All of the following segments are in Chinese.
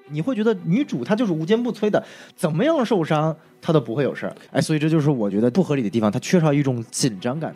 你会觉得女主她就是无坚不摧的，怎么样受伤她都不会有事儿。哎，所以这就是我觉得不合理的地方，它缺少一种紧张感。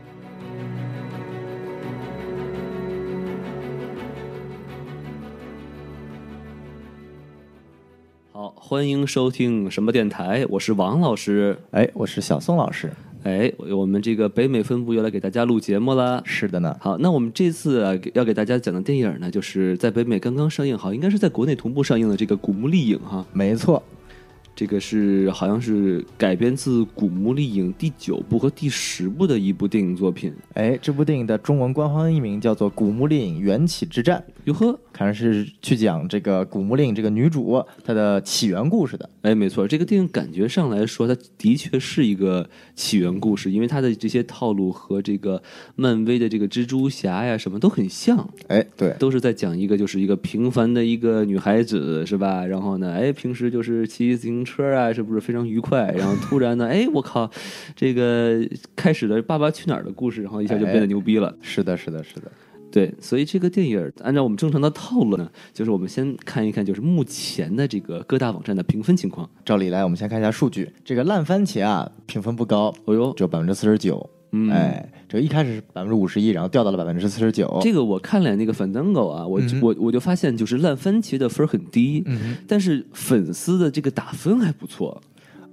好，欢迎收听什么电台，我是王老师。 哎，我是小宋老师。 哎，我们这个北美分部又来给大家录节目了。 是的呢。 好，那我们这次要给大家讲的电影呢，就是在北美刚刚上映，好，应该是在国内同步上映的这个《古墓丽影》哈。 没错。 这个是好像是改编自《古墓丽影》第9部和第10部的一部电影作品。 哎，这部电影的中文官方译名叫做《古墓丽影：缘起之战》。 哟呵， 看来是去讲这个古墓丽影这个女主她的起源故事的。 哎，没错，这个电影感觉上来说，它的确是一个起源故事，因为它的这些套路和这个漫威的这个蜘蛛侠呀什么都很像。 哎，对， 都是在讲一个就是一个平凡的一个女孩子，是吧？然后呢，哎，平时就是骑自行车啊，是不是非常愉快？然后突然呢，哎，我靠，这个开始了《爸爸去哪儿》的故事，然后一下就变得牛逼了。 是的，是的，是的。 对，所以这个电影按照我们正常的套路呢，就是我们先看一看就是目前的这个各大网站的评分情况。 照理来，我们先看一下数据。这个烂番茄啊，评分不高， 哦哟， 只有49%。哎，这个一开始是51%，然后掉到了49%。 这个我看了那个Fandango啊，我就发现就是烂番茄的分很低，但是粉丝的这个打分还不错。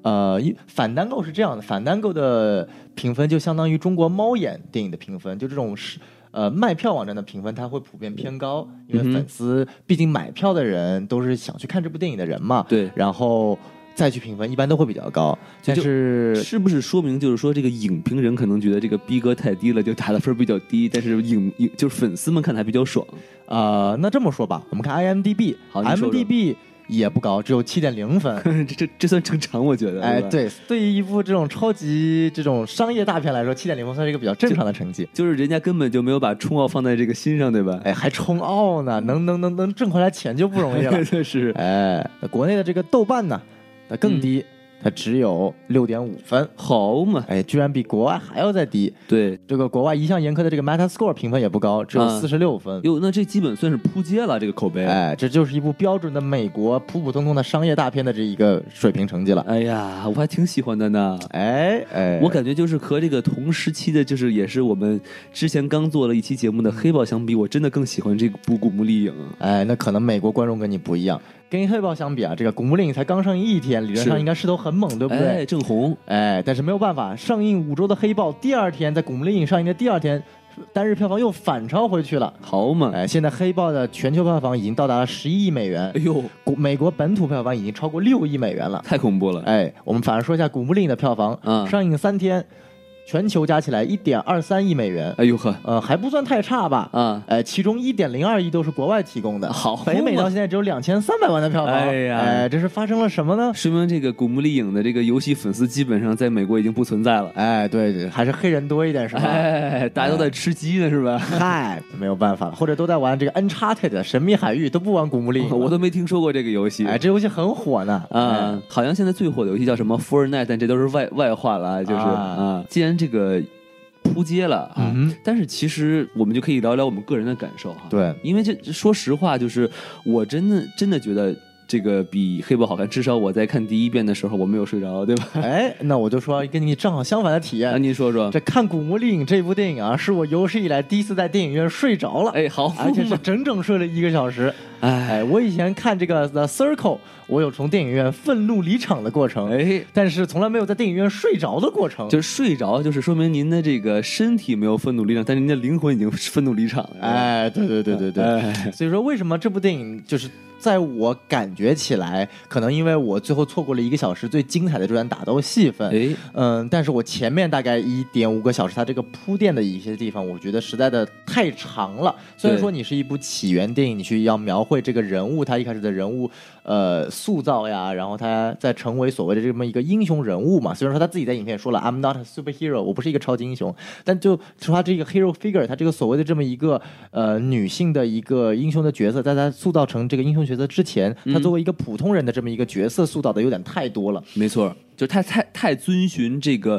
Fandango是这样的，Fandango的评分就相当于中国猫眼电影的评分，就这种卖票网站的评分，它会普遍偏高，因为粉丝毕竟买票的人都是想去看这部电影的人嘛。 对， 然后再去评分，一般都会比较高。但是不是说明就是说这个影评人可能觉得这个逼格太低了，就打的分比较低，但是就是粉丝们看的还比较爽。 那这么说吧，我们看 IMDB， 好 ，IMDB 也不高，只有7.0分。 这算正常，我觉得。 哎，对，对于一部这种超级这种商业大片来说，7.0分算是一个比较正常的成绩。 就是人家根本就没有把冲奥放在这个心上，对吧？ 哎，还冲奥呢，能挣回来钱就不容易了。 是。 哎，国内的这个豆瓣呢，它更低。它只有6.5分， 好嘛？ 哎，居然比国外还要再低。 对， 这个国外一向严苛的这个 Metascore 评分也不高，只有46分。 哟，那这基本算是扑街了，这个口碑。 哎，这就是一部标准的美国普普通通的商业大片的这一个水平成绩了。 哎呀，我还挺喜欢的呢。 哎， 我感觉就是和这个同时期的，就是也是我们之前刚做了一期节目的《黑豹》相比，我真的更喜欢这部《古墓丽影》。 哎，那可能美国观众跟你不一样。跟黑豹相比啊，这个《古墓丽影》才刚上映1天，理论上应该势头很猛，对不对？ 哎，正红。 哎，但是没有办法，上映5周的黑豹，第2天在《古墓丽影》上映的第2天，单日票房又反超回去了。 好嘛！ 哎，现在黑豹的全球票房已经到达了11亿美元。 哎呦， 美国本土票房已经超过6亿美元了， 太恐怖了。 哎，我们反而说一下《古墓丽影》的票房，上映3天。全球加起来1.23亿美元， 哎呦呵， 还不算太差吧？其中1.02亿都是国外提供的。 好， 北美到现在只有2300万的票房。 哎呀， 这是发生了什么呢？ 说明这个《古墓丽影》的这个游戏粉丝基本上在美国已经不存在了。 哎，对，还是黑人多一点是吧？ 哎，大家都在吃鸡呢是吧？ 嗨，没有办法了，或者都在玩这个 Uncharted 神秘海域，都不玩《古墓丽影》。 我都没听说过这个游戏。 哎，这游戏很火呢。 好像现在最火的游戏叫什么 Fortnite， 但这都是外话了，就是既然这个扑街了啊，但是其实我们就可以聊聊我们个人的感受哈。 对， 因为这说实话，就是我真的觉得这个比黑豹好看，至少我在看第1遍的时候我没有睡着，对吧？ 哎，那我就说跟你正好相反的体验。 您说说， 这看《古墓丽影》这部电影啊，是我有史以来第一次在电影院睡着了。 哎，好， 而且是整整睡了1个小时。哎，我以前看这个《The Circle》，我有从电影院愤怒离场的过程，但是从来没有在电影院睡着的过程。 就是睡着，就是说明您的这个身体没有愤怒离场，但是您的灵魂已经愤怒离场了。 哎，对。所以说，为什么这部电影就是在我感觉起来，可能因为我最后错过了1个小时最精彩的这段打斗戏份，但是我前面大概1.5个小时，它这个铺垫的一些地方，我觉得实在的太长了。虽然说你是一部起源电影，你去要描绘这个人物，他一开始的人物塑造呀，然后他再成为所谓的这么一个英雄人物嘛。虽然说他自己在影片说了 I'm not a superhero， 我不是一个超级英雄，但就说他这个 hero figure， 他这个所谓的这么一个女性的一个英雄的角色，在他塑造成这个英雄角色之前，他作为一个普通人的这么一个角色塑造的有点太多了。 没错，就他太遵循这个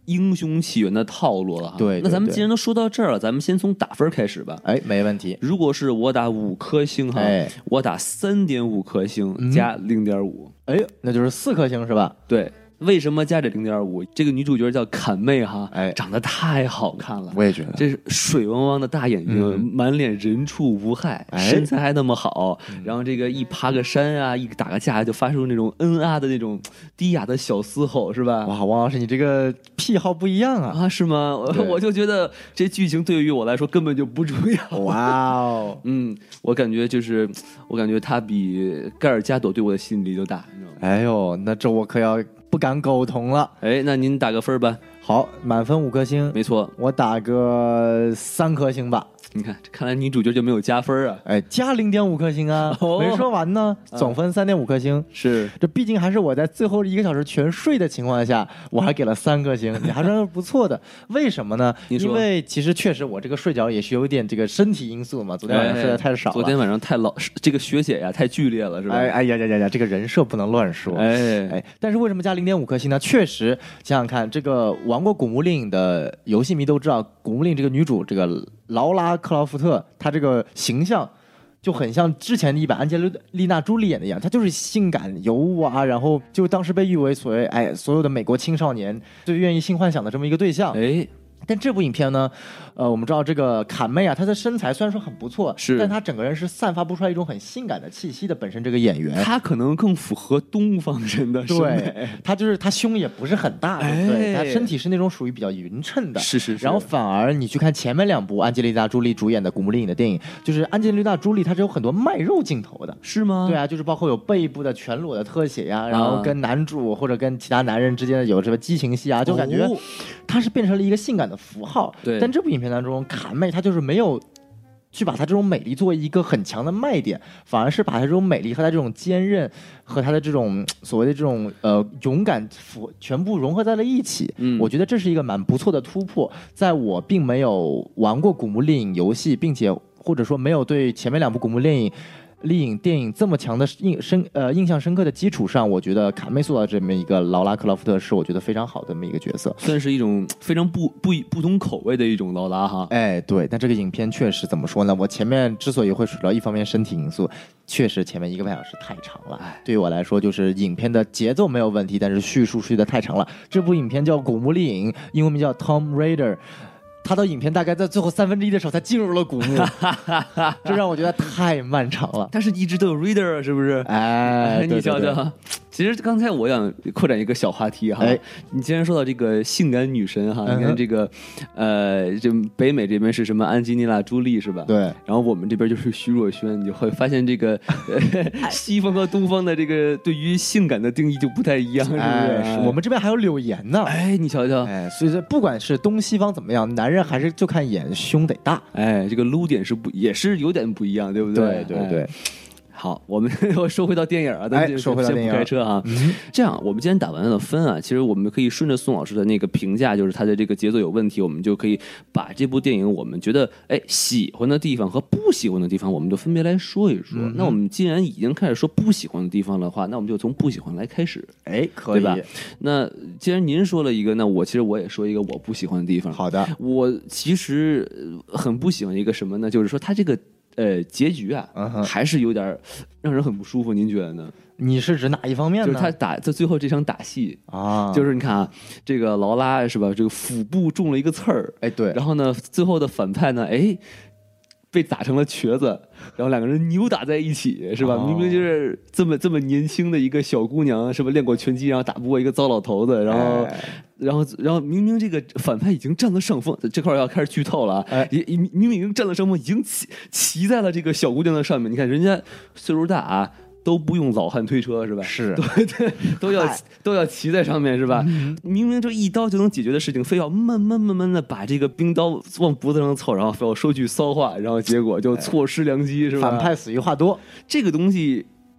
英雄起源的套路了。 对， 那咱们既然都说到这儿了，咱们先从打分开始吧。 哎，没问题。 如果是我打5颗星哈，我打3.5颗星加0.5。 哎，那就是4颗星是吧？ 对。为什么加这0.5？这个女主角叫坎妹哈， 哎， 长得太好看了， 我也觉得， 这是水汪汪的大眼睛，满脸人畜无害，身材还那么好，然后这个一爬个山啊，一打个架就发出那种的那种低哑的小嘶吼，是吧？ 哇，王老师，你这个癖好不一样啊！ 啊，是吗？我就觉得这剧情对于我来说根本就不重要。 哇哦， 我感觉他比盖尔加朵对我的吸引力就大，你知道吗？ 哎呦，那这我可要不敢苟同了。 哎，那您打个分吧。 好，满分5颗星， 没错， 我打个3颗星吧。 你看，看来女主角就没有加分啊！ 哎，加0.5颗星啊，没说完呢，总分3.5颗星。 是， 这毕竟还是我在最后1个小时全睡的情况下，我还给了3颗星，你还算是不错的。为什么呢？因为其实确实我这个睡觉也是有一点这个身体因素嘛，昨天晚上睡得太少了， 昨天晚上太这个血血呀太剧烈了，是吧？ 哎呀，这个人设不能乱说。哎，但是为什么加0.5颗星呢？确实，想想看，这个玩过《古墓丽影》的游戏迷都知道，《古墓丽影》这个女主这个劳拉·克劳福特，她这个形象就很像之前的一版安吉丽娜·朱莉演的一样，她就是性感尤物啊，然后就当时被誉为所有的美国青少年最愿意性幻想的这么一个对象。 哎。 但这部影片呢，我们知道这个坎妹啊，她的身材虽然说很不错，但她整个人是散发不出来一种很性感的气息的。本身这个演员， 她可能更符合东方人的审美。 对，她胸也不是很大，对，她身体是那种属于比较匀称的。 是。 然后反而你去看前面2部安吉丽娜·朱莉主演的《古墓丽影》的电影，就是安吉丽娜·朱莉她是有很多卖肉镜头的， 是吗？ 对啊，就是包括有背部的全裸的特写呀，然后跟男主或者跟其他男人之间有什么激情戏啊，就感觉她是变成了一个性感的符号。 对， 但这部影片当中，坎妹她就是没有去把她这种美丽作为一个很强的卖点，反而是把她这种美丽和她这种坚韧和她的这种所谓的这种勇敢全部融合在了一起。我觉得这是一个蛮不错的突破。在我并没有玩过《古墓丽影》游戏，并且或者说没有对前面2部《古墓丽影》电影这么强的印象深刻的基础上，我觉得卡妹塑造这么一个劳拉·克劳福特是我觉得非常好的这么一个角色， 算是一种非常不同口味的一种劳拉哈。 哎，对，但这个影片确实怎么说呢？我前面之所以会说到一方面身体因素，确实前面1个半小时太长了。对于我来说，就是影片的节奏没有问题，但是叙述的太长了。这部影片叫《古墓丽影》，英文名叫 Tomb Raider。他的影片大概在最后1/3的时候才进入了古墓，这让我觉得太漫长了。 但是一直都有 reader 是不是？ 哎， 你瞧瞧。其实刚才我想扩展一个小话题哈，你既然说到这个性感女神哈，你看这个这北美这边是什么安吉丽娜·朱莉是吧？ 对。 然后我们这边就是徐若瑄，你就会发现这个西方和东方的这个对于性感的定义就不太一样，是不是？ 我们这边还有柳岩呢。 哎，你瞧瞧。 哎，所以说不管是东西方怎么样，男人还是就看眼胸得大。 哎，这个撸点也是有点不一样，对不对？ 对。 好，我说回到电影啊， 说回到电影， 开车啊。这样，我们今天打完了分啊，其实我们可以顺着宋老师的那个评价，就是他的这个节奏有问题，我们就可以把这部电影我们觉得喜欢的地方和不喜欢的地方，我们就分别来说一说。那我们既然已经开始说不喜欢的地方的话，那我们就从不喜欢来开始。 哎，可以， 对吧？那既然您说了一个，那其实我也说一个我不喜欢的地方。 好的， 我其实很不喜欢一个什么呢？就是说他这个。结局啊，还是有点让人很不舒服。您觉得呢？ 你是指哪一方面呢？ 就是他最后这场打戏啊，就是你看啊，这个劳拉是吧？这个腹部中了一个刺儿， 哎，对。 然后呢，最后的反派呢，被打成了瘸子，然后2个人扭打在一起，是吧？明明就是这么年轻的一个小姑娘，是吧？练过拳击，然后打不过一个糟老头子，然后明明这个反派已经占了上风，这块要开始剧透了啊！明明已经占了上风，已经骑在了这个小姑娘的上面。你看人家岁数大啊，都不用老汉推车是吧？ 是， 对，都要骑在上面是吧？明明就一刀就能解决的事情，非要慢慢的把这个冰刀往脖子上凑，然后非要说句骚话，然后结果就错失良机是吧？ 反派死于话多， 这个东西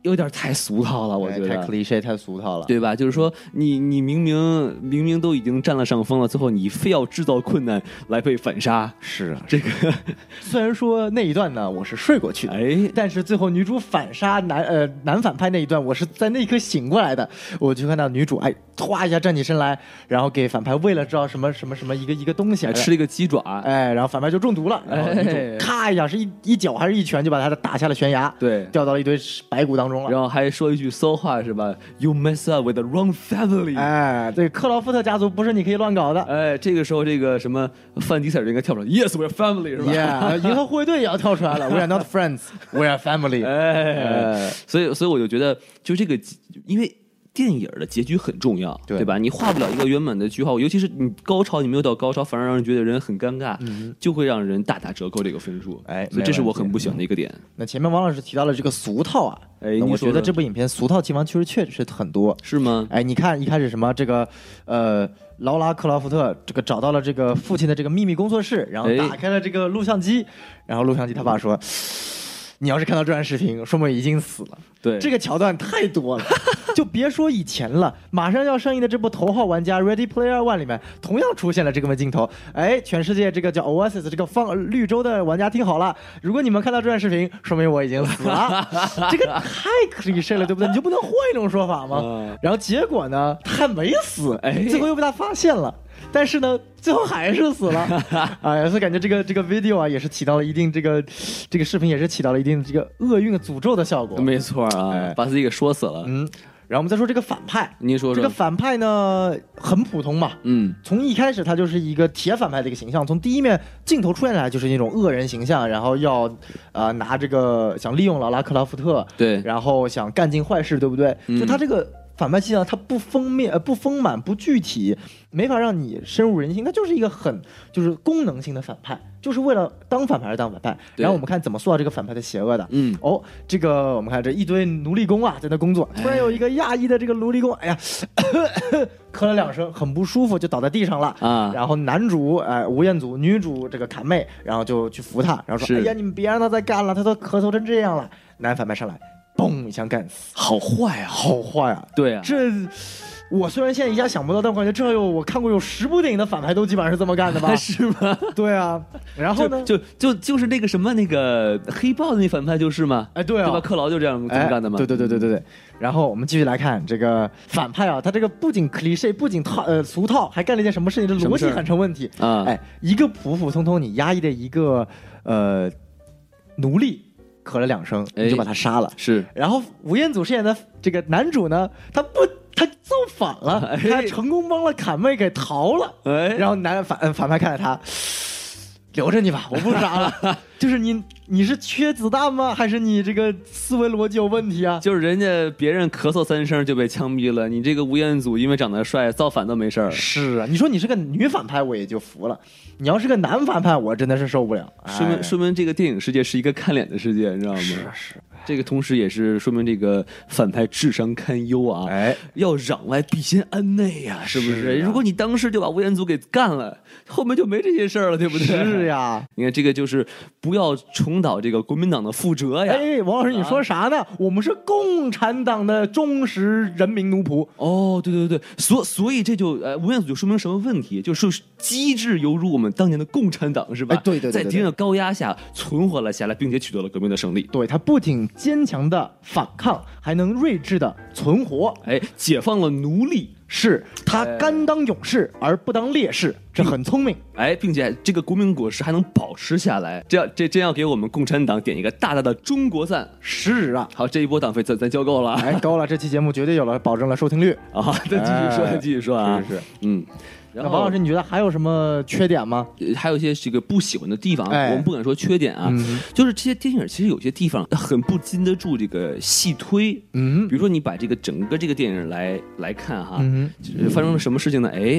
有点太俗套了，我觉得太 cliché 太俗套了， 对吧？就是说你明明都已经占了上风了，最后你非要制造困难来被反杀。 是啊， 这个虽然说那一段呢我是睡过去的，但是最后女主反杀男反派那一段，我是在那一刻醒过来的。我就看到女主突一下站起身来，然后给反派喂了知道什么一个东西， 吃了一个鸡爪， 然后反派就中毒了，然后女主咔一下是一脚还是一拳就把他打下了悬崖， 对， 掉到了一堆白骨当中了， 然后还说一句骚话是吧 ？You mess up with the wrong family。 这个克劳福特家族不是你可以乱搞的。 这个时候这个什么范迪塞尔应该跳出来 ，Yes we're family 是吧？ Yeah， 银河护卫队也要跳出来了，We are not friends, we are family。 所以我就觉得，就这个，因为电影的结局很重要，对吧？你画不了一个圆满的句号，尤其是你高潮你没有到高潮，反而让人觉得人很尴尬，就会让人大打折扣这个分数。所以这是我很不喜欢的一个点。 那前面王老师提到了这个俗套啊，我觉得这部影片俗套地方确实很多， 是吗？ 你看一开始什么这个劳拉克劳福特这个找到了这个父亲的这个秘密工作室，然后打开了这个录像机，然后录像机他爸说，你要是看到这段视频说明已经死了。 对， 这个桥段太多了就别说以前了，马上要上映的这部头号玩家 Ready Player One 里面同样出现了这个镜头。全世界这个叫 Oasis 这个绿洲的玩家听好了，如果你们看到这段视频说明我已经死了这个太 cliché 了，对不对？你就不能换一种说法吗？然后结果呢他没死，最后又被他发现了，但是呢最后还是死了所以感觉这个 video 啊也是起到了一定这个视频也是起到了一定这个厄运诅咒的效果。 没错把自己给说死了。 然后我们再说这个反派， 您说这个反派呢很普通嘛，从一开始他就是一个铁反派的一个形象，从第一面镜头出现来就是那种恶人形象，然后要拿这个想利用劳拉克劳福特， 对， 然后想干尽坏事，对不对？就他这个反派形象，他不丰满不具体，没法让你深入人心，他就是一个就是功能性的反派，就是为了当反派而当反派。然后我们看怎么塑造这个反派的邪恶的。这个我们看这一堆奴隶工啊在那工作，突然有一个亚裔的这个奴隶工，咳了2声，很不舒服，就倒在地上了然后男主吴彦祖，女主这个侃妹，然后就去扶他，然后说：“哎呀，你们别让他再干了，他都咳嗽成这样了。”男反派上来，嘣一枪干死， 好坏啊， 好坏啊！ 对啊， 这我虽然现在一下想不到，但我感觉我看过有10部电影的反派都基本上是这么干的吧？ 是吗？ 对啊。然后呢？ 就是那个什么那个黑豹的那反派就是嘛？ 对啊， 对吧？克劳就这样干的嘛？ 对。然后我们继续来看这个反派啊，他这个不仅 cliché， 不仅俗套，还干了一件什么事情？这逻辑很成问题一个普普通通你压抑的一个奴隶。咳了2声，你就把他杀了。 是， 然后吴彦祖饰演的这个男主呢，他造反了，他成功帮了侃妹给逃了。然后反派看着他，留着你吧，我不杀了。就是你是缺子弹吗？还是你这个思维逻辑有问题啊？ 就是人家别人咳嗽3声就被枪毙了，你这个吴彦祖因为长得帅造反都没事儿。 是啊，你说你是个女反派我也就服了，你要是个男反派我真的是受不了。 说明这个电影世界是一个看脸的世界，你知道吗？ 是。 这个同时也是说明这个反派智商堪忧啊！要攘外必先安内呀，是不是？如果你当时就把吴彦祖给干了，后面就没这些事儿了，对不对？ 是呀， 你看这个就是不要重蹈这个国民党的覆辙呀！ 王老师，你说啥呢？我们是共产党的忠实人民奴仆。 对，所以这就吴彦祖就说明什么问题？就是机智犹如我们当年的共产党，是吧？ 对， 在敌人的高压下存活了下来，并且取得了革命的胜利。 对，他不仅坚强的反抗，还能睿智的存活， 解放了奴隶， 是他甘当勇士而不当烈士，这很聪明， 并且这个国民果实还能保持下来，这真要给我们共产党点一个大大的中国赞。 是啊， 好，这一波党费咱交够了， 高了，这期节目绝对有了，保证了收听率再继续说啊， 是， 那王老师，你觉得还有什么缺点吗？ 还有一些这个不喜欢的地方，我们不敢说缺点啊，就是这些电影其实有些地方很不经得住这个细推。比如说你把这个整个这个电影来看哈，发生了什么事情呢？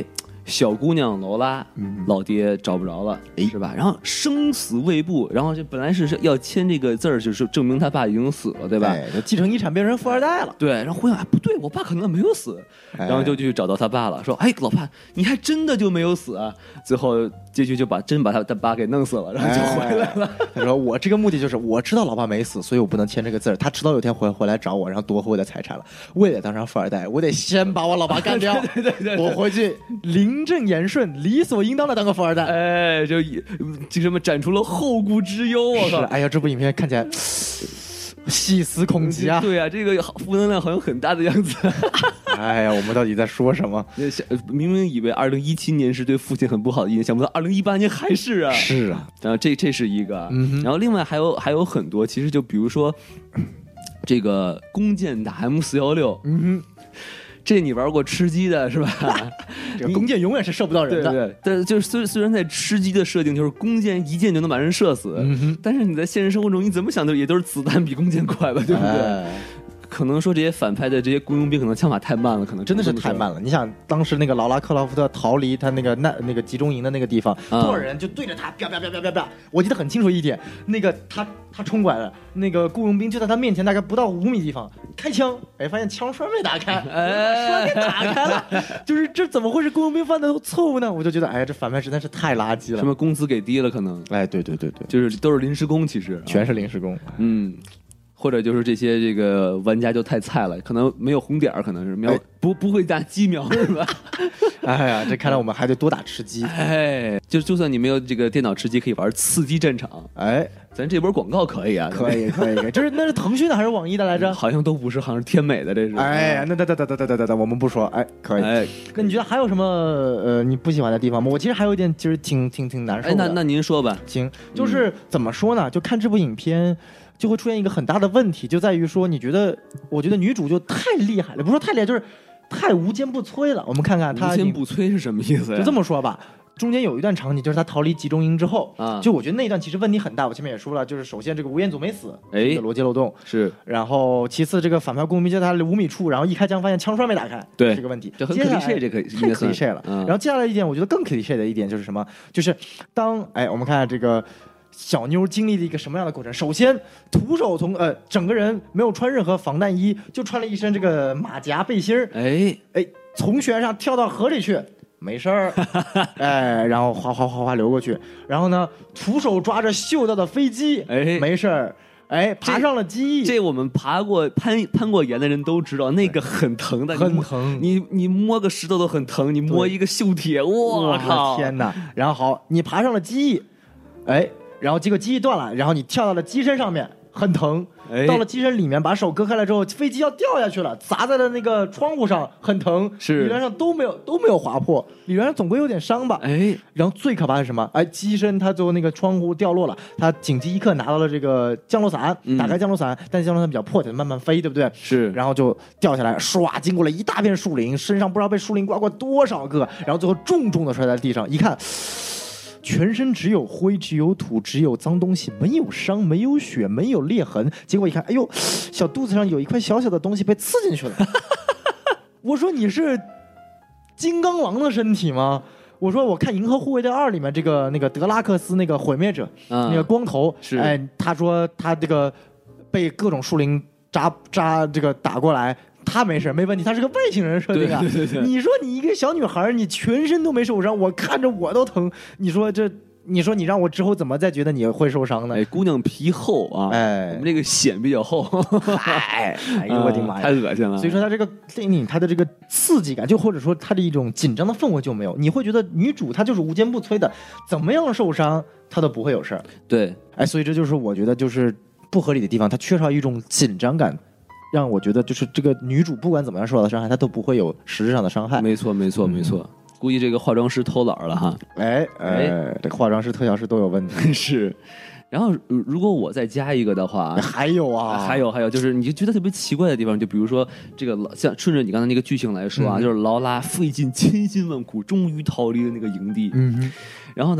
小姑娘劳拉，老爹找不着了，是吧？然后生死未卜，然后就本来是要签这个字儿，就是证明他爸已经死了，对吧？ 就继承遗产变成富二代了。 对，然后回想，不对，我爸可能没有死，然后就去找到他爸了，说：“哎，老爸，你还真的就没有死啊？”最后结局就把他爸给弄死了，然后就回来了。 他说：“我这个目的就是我知道老爸没死，所以我不能签这个字儿。他迟早有天回来找我，然后夺回我的财产了。为了当上富二代，我得先把我老爸干掉。对，我回去名正言顺、理所应当的当个富二代。 哎，就什么斩除了后顾之忧。我靠！ 哎呀，这部影片看起来细思恐极啊！ 对啊，这个负能量好像很大的样子。 哎呀，我们到底在说什么？ 明明以为2017年是对父亲很不好的印象，想不到2018年还是啊！ 是啊， 然后这是一个，然后另外还有很多，其实就比如说这个弓箭打 M416，这你玩过吃鸡的是吧？ 这个弓箭永远是射不到人的。 对，但就是虽然在吃鸡的设定就是弓箭一箭就能把人射死，但是你在现实生活中你怎么想也都是子弹比弓箭快吧，对不对？可能说这些反派的这些雇佣兵可能枪法太慢了，可能真的是太慢了。你想当时那个劳拉克劳福特逃离他那个集中营的那个地方，多少人就对着他啪啪啪啪啪啪。我记得很清楚一点，那个他冲过来了，那个雇佣兵就在他面前大概不到5米地方开枪，哎，发现枪栓没打开，栓给打开了，就是这怎么会是雇佣兵犯的错误呢？我就觉得哎，这反派实在是太垃圾了。 什么工资给低了可能？ 哎，对， 就是都是临时工，其实全是临时工。 或者就是这个玩家就太菜了，可能没有红点，可能是瞄不会打鸡瞄是吧？ 哎呀，这看来我们还得多打吃鸡。 哎，就算你没有这个电脑吃鸡，可以玩刺激战场。哎，咱这波广告可以啊， 可以。那是腾讯的还是网易的来着？ 好像都不是，好像是天美的这是。 哎，那我们不说。哎，可以。哎，那你觉得还有什么你不喜欢的地方吗？我其实还有一点就是挺难受的。 哎，那您说吧。 行，就是怎么说呢？就看这部影片。就会出现一个很大的问题，就在于说，我觉得女主就太厉害了，不是说太厉害，就是太无坚不摧了。我们看看她无坚不摧是什么意思呀？ 就这么说吧，中间有一段场景，就是她逃离集中营之后啊，就我觉得那一段其实问题很大。我前面也说了，就是首先这个吴彦祖没死，哎，逻辑漏洞是， 然后其次这个反派雇佣兵就在他5米处，然后一开枪发现枪栓没打开， 对， 这个问题， 这很 cliché，这个太 cliché 了。然后接下来一点，我觉得更 cliché 的一点就是什么？就是我们看这个。小妞经历了一个什么样的过程？首先，徒手从整个人没有穿任何防弹衣，就穿了一身这个马甲背心儿，从悬崖上跳到河里去，没事儿，然后哗流过去，然后呢，徒手抓着锈掉的飞机，没事儿。爬上了机翼， 这我们攀过岩的人都知道，那个很疼的， 很疼。 你摸个石头都很疼，你摸一个锈铁，我靠， 天哪！然后好，你爬上了机翼，然后结果机翼断了，然后你跳到了机身上面，很疼。到了机身里面，把手割开了之后，飞机要掉下去了，砸在了那个窗户上，很疼。 是， 理论上都没有划破，理论上总归有点伤吧。然后最可怕的是什么？机身它最后那个窗户掉落了，它紧急一刻拿到了这个降落伞，打开降落伞，但是降落伞比较破，得慢慢飞，对不对？ 是。 然后就掉下来，唰，经过了一大片树林，身上不知道被树林刮过多少个，然后最后重重的摔在地上，一看。全身只有灰，只有土，只有脏东西，没有伤，没有血，没有裂痕。结果一看，哎呦，小肚子上有一块小小的东西被刺进去了。我说你是金刚狼的身体吗？我说我看《银河护卫队2》里面那个德拉克斯那个毁灭者，那个光头， 是他说他这个被各种树林扎这个打过来。他没事没问题，他是个外星人设定啊。 对。 你说你一个小女孩，你全身都没受伤，我看着我都疼。你说你让我之后怎么再觉得你会受伤呢？ 姑娘皮厚啊，我们这个显比较厚。 哎呦我的妈呀， 太恶心了。 所以说他这个电影，他的这个刺激感，就或者说他的一种紧张的氛围就没有，你会觉得女主她就是无坚不摧的，怎么样受伤她都不会有事儿。 对， 所以这就是我觉得就是不合理的地方，它缺少一种紧张感。让我觉得就是这个女主不管怎么样受到的伤害，她都不会有实质上的伤害。 没错。估计这个化妆师偷懒了哈。 这个化妆师、特效师都有问题。 是。然后如果我再加一个的话， 还有， 就是你就觉得特别奇怪的地方，就比如说这个像顺着你刚才那个剧情来说啊，就是劳拉费尽千辛万苦，终于逃离了那个营地。然后呢，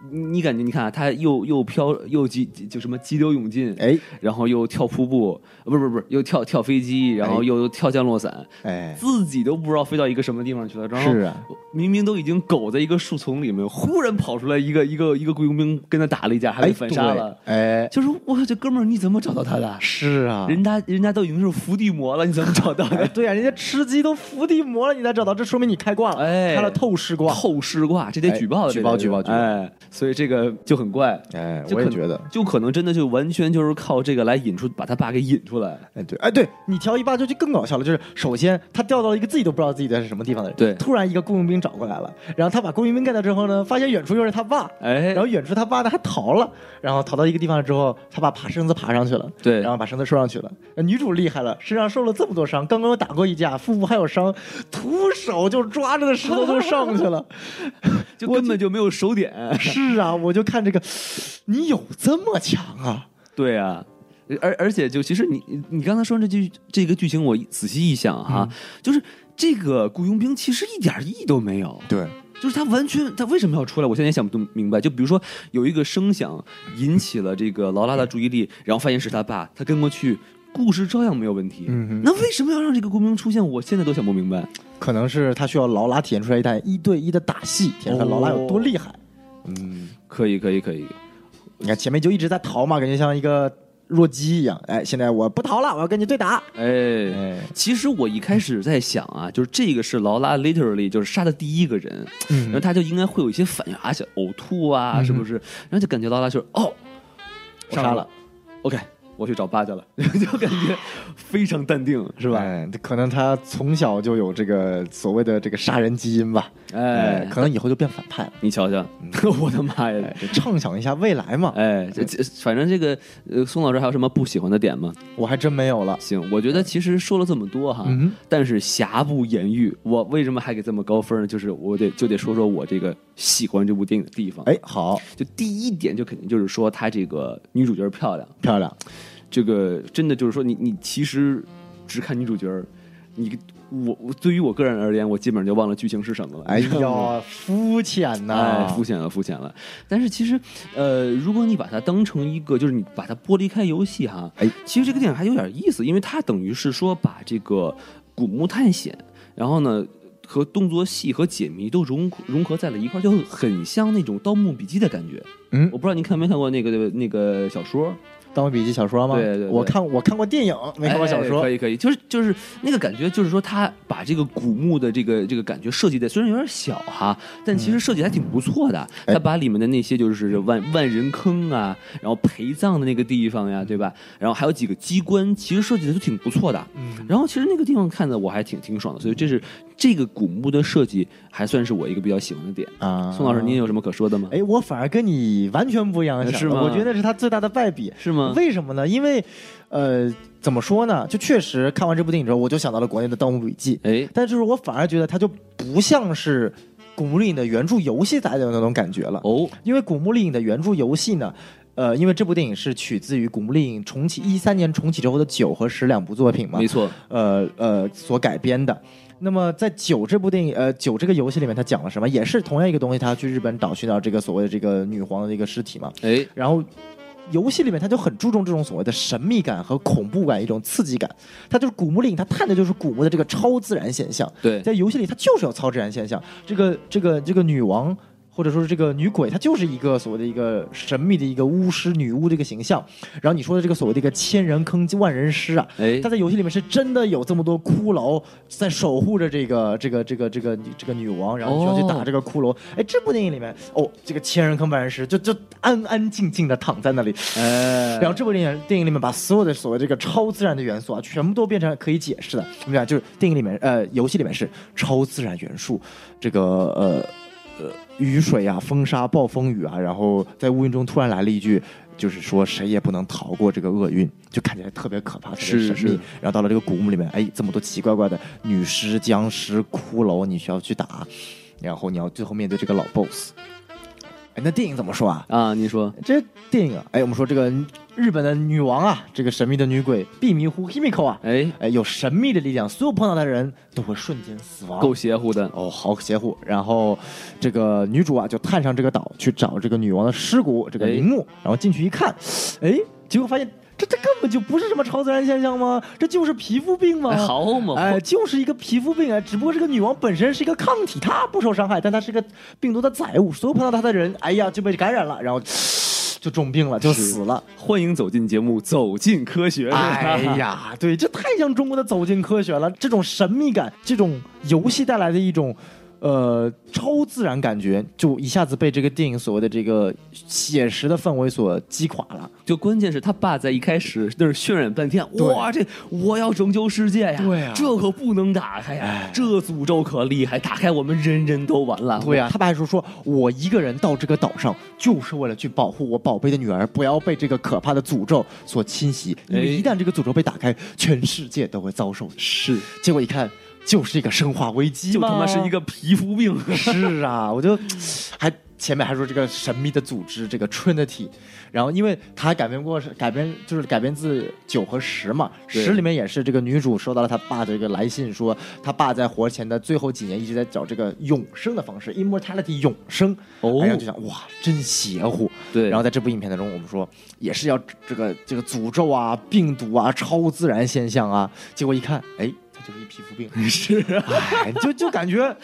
你感觉你看啊，他又飘又就什么激流勇进， 哎， 然后又跳瀑布，不是又跳飞机，然后又跳降落伞， 哎， 自己都不知道飞到一个什么地方去了。然后是啊， 明明都已经苟在一个树丛里面，忽然跑出来一个雇佣兵跟他打了一架，还被反杀了。 哎， 就是我这哥们儿你怎么找到他的？ 是啊， 人家都已经是伏地魔了，你怎么找到的？ 对啊，人家吃鸡都伏地魔了，你才找到，这说明你开挂了，开了透视挂， 这得举报的， 举报， 哎，所以这个就很怪， 哎，我也觉得， 就可能真的就完全就是靠这个来把他爸给引出来， 对，你调一爸就更搞笑了，就是首先他调到了一个自己都不知道自己在是什么地方的人， 对， 突然一个雇佣兵找过来了，然后他把雇佣兵干掉之后呢，发现远处又是他爸， 哎， 然后远处他爸呢还逃了，然后逃到一个地方之后，他爸爬绳子爬上去了， 对， 然后把绳子收上去了，女主厉害了，身上受了这么多伤，刚刚打过一架，腹部还有伤，徒手就抓着的石头就上去了， 就根本就没有手点。 是啊，我就看这个，你有这么强啊？ 对啊，而且就其实你刚才说这个剧情，我仔细一想哈，就是这个雇佣兵其实一点意义都没有。 对。 就是他为什么要出来？我现在也想不明白。就比如说有一个声响引起了这个劳拉的注意力，然后发现是他爸，他跟过去，故事照样没有问题。那为什么要让这个雇佣兵出现？我现在都想不明白。 可能是他需要劳拉体现出来一台1对1的打戏，体现出来劳拉有多厉害。 可以。 你看前面就一直在逃嘛，感觉像一个弱鸡一样。哎，现在我不逃了，我要跟你对打。 哎，其实我一开始在想啊，就是这个是劳拉 literally 就是杀的第一个人，然后他就应该会有一些反应，而且呕吐啊，是不是？然后就感觉劳拉就是我杀了 ，OK。我去找爸去了，就感觉非常淡定，是吧？ 哎，可能他从小就有这个所谓的这个杀人基因吧。哎，可能以后就变反派了。 你瞧瞧，我的妈呀！ 畅想一下未来嘛。 哎，反正这个宋老师还有什么不喜欢的点吗？ 我还真没有了。 行，我觉得其实说了这么多哈，但是瑕不掩瑜，我为什么还给这么高分呢？就是我得说说我这个喜欢这部电影的地方。 哎，好， 就第一点就肯定就是说她这个女主角漂亮。这个真的就是说你其实只看女主角，我对于我个人而言，我基本上就忘了剧情是什么了。 哎呀，肤浅呐！ 哎，肤浅了。但是其实，如果你把它当成一个，就是你把它剥离开游戏哈，哎，其实这个电影还有点意思，因为它等于是说把这个古墓探险，然后呢和动作戏和解谜都融合在了一块，就很像那种《盗墓笔记》的感觉。我不知道你看没看过那个小说。 《盗墓笔记》小说吗？ 对， 我看过电影，没看过小说。 可以，就是那个感觉，就是说他把这个古墓的这个感觉设计的虽然有点小哈，但其实设计还挺不错的。他把里面的那些就是万人坑啊，然后陪葬的那个地方呀，对吧？然后还有几个机关，其实设计的都挺不错的。然后其实那个地方看的我还挺爽的，所以这个古墓的设计还算是我一个比较喜欢的点啊。宋老师，您有什么可说的吗？ 哎，我反而跟你完全不一样， 是吗？ 我觉得是他最大的败笔， 是吗？ 为什么呢？因为，怎么说呢？就确实看完这部电影之后，我就想到了国内的《盗墓笔记》。哎，但就是我反而觉得它就不像是《古墓丽影》的原著游戏才有那种感觉了。哦，因为《古墓丽影》的原著游戏呢，因为这部电影是取自于《古墓丽影》2013年重启之后的9和10两部作品嘛， 没错。 所改编的。那么在9这部电影9这个游戏里面，它讲了什么？也是同样一个东西，他要去日本找寻到这个所谓的这个女皇的这个尸体嘛。哎，然后游戏里面他就很注重这种所谓的神秘感和恐怖感，一种刺激感。他就是古墓丽影，他探的就是古墓的这个超自然现象。 对， 在游戏里他就是有超自然现象。这个女王，或者说是这个女鬼，她就是一个所谓的一个神秘的一个巫师女巫这个形象。然后你说的这个所谓的一个千人坑万人尸啊，她在游戏里面是真的有这么多骷髅在守护着这个女王，然后你需要去打这个骷髅。哎，这部电影里面这个千人坑万人尸就安安静静的躺在那里。然后这部电影里面把所有的所谓这个超自然的元素啊，全部都变成可以解释的。你看，就是电影里面游戏里面是超自然元素，这个雨水啊，风沙、暴风雨啊，然后在乌云中突然来了一句，就是说谁也不能逃过这个厄运，就看起来特别可怕，特别神秘。然后到了这个古墓里面，哎，这么多奇怪怪的女尸、僵尸、骷髅，你需要去打，然后你要最后面对这个老 boss。哎，那电影怎么说啊？ 啊，你说这电影啊，哎，我们说这个日本的女王啊，这个神秘的女鬼碧迷糊 Himiko 啊，有神秘的力量，所有碰到她的人都会瞬间死亡， 够邪乎的哦，好邪乎。然后这个女主啊就探上这个岛去找这个女王的尸骨，这个陵墓，然后进去一看，结果发现这根本就不是什么超自然现象吗？这就是皮肤病吗？ 好嘛， 就是一个皮肤病啊！只不过这个女王本身是一个抗体，她不受伤害，但她是个病毒的载物，所有碰到她的人，就被感染了，然后就中病了，就死了。 欢迎走进节目，走进科学。 对，这太像中国的走进科学了，这种神秘感，这种游戏带来的一种。超自然感觉就一下子被这个电影所谓的这个写实的氛围所击垮了。 就关键是他爸在一开始那是渲染半天，哇，这我要拯救世界呀！ 对啊， 这可不能打开呀，这诅咒可厉害，打开我们人人都完了。 对啊，他爸还说我一个人到这个岛上就是为了去保护我宝贝的女儿，不要被这个可怕的诅咒所侵袭，因为一旦这个诅咒被打开，全世界都会遭受。 是， 结果一看。就是一个生化危机嘛， 就他妈是一个皮肤病。 是啊，我就前面还说这个神秘的组织这个 Trinity， 然后因为他还改编自9和10嘛，10里面也是这个女主收到了他爸的这个来信，说他爸在活前的最后几年一直在找这个永生的方式 ，immortality 永生。然后就想哇，真邪乎。 对， 然后在这部影片当中，我们说也是要这个诅咒啊、病毒啊、超自然现象啊，结果一看，就是一皮肤病。 是就感觉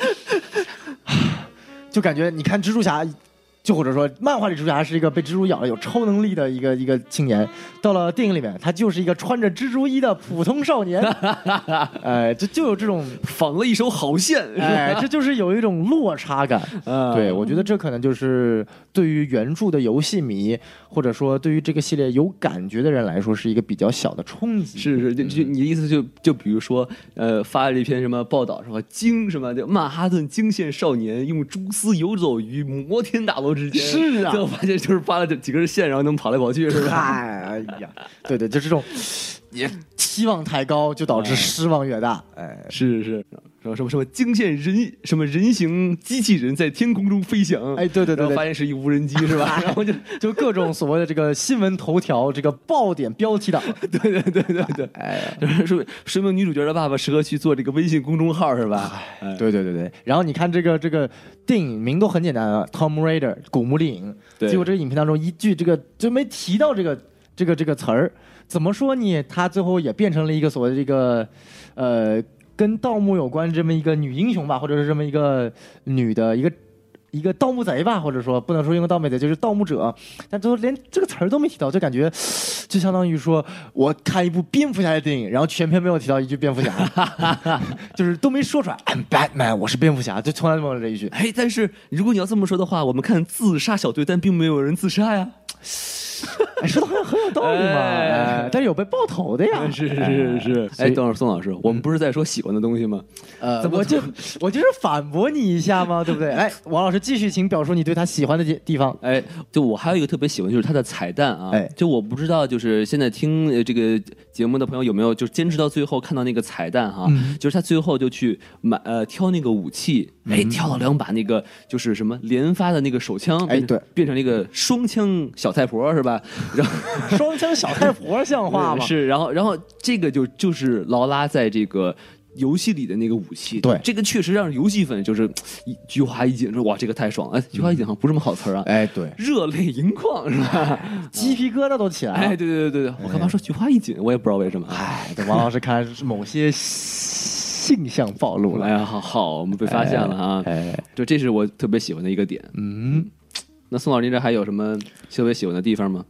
就感觉你看蜘蛛侠，就或者说漫画里蜘蛛侠是一个被蜘蛛咬了有超能力的一个青年，到了电影里面他就是一个穿着蜘蛛衣的普通少年。就有这种仿了一手好线。 这就是有一种落差感。对，我觉得这可能就是对于原著的游戏迷，或者说对于这个系列有感觉的人来说，是一个比较小的冲击。 是，就你的意思就比如说，发了一篇什么报道，什么什么曼哈顿惊现少年用蛛丝游走于摩天大楼之间。 是啊， 最后发现就是发了几根线，然后能跑来跑去，是吧？ 哎呀，对，就这种也期望太高，就导致失望越大。 是。什么惊现人形机器人在天空中飞翔， 对， 然后发现是一无人机，是吧？然后就各种所谓的这个新闻头条，这个爆点标题党。 对，说明女主角的爸爸适合去做这个微信公众号，是吧？ 对。然后你看这个电影名都很简单啊 ，Tomb Raider 古墓丽影。结果这个影片当中一句这个就没提到这个词儿，怎么说呢？他最后也变成了一个所谓的这个跟盗墓有关这么一个女英雄吧，或者是这么一个女的一个盗墓贼吧，或者说不能说用盗墓贼，就是盗墓者，但最后连这个词儿都没提到，就感觉就相当于说我看一部蝙蝠侠的电影，然后全篇没有提到一句蝙蝠侠。就是都没说出来 I'm Batman， 我是蝙蝠侠，就从来没有这一句。 但是如果你要这么说的话，我们看自杀小队，但并没有人自杀呀。 说的好像很有道理嘛，但是有被爆头的呀。 是。等会儿宋老师，我们不是在说喜欢的东西吗？ 我就是反驳你一下嘛，对不对？王老师继续，请表述你对他喜欢的地方。 就我还有一个特别喜欢，就是他的彩蛋啊。就我不知道，就是现在听这个节目的朋友有没有就是坚持到最后看到那个彩蛋哈？就是他最后就去挑那个武器，挑了2把那个就是什么连发的那个手枪， 对， 变成那个双枪小太婆，是吧？然后双枪小太婆像话吗？ 是，然后这个就是劳拉在这个游戏里的那个武器。 对， 这个确实让游戏粉就是菊花一紧，说哇这个太爽了。菊花一紧好像不是什么好词啊。 对， 热泪盈眶是吧？ 鸡皮疙瘩都起来了。 对，我干嘛说菊花一紧？我也不知道为什么。 这王老师看来是某些性向暴露了。 好，我们被发现了啊。这是我特别喜欢的一个点。那宋老师，您这还有什么特别喜欢的地方吗？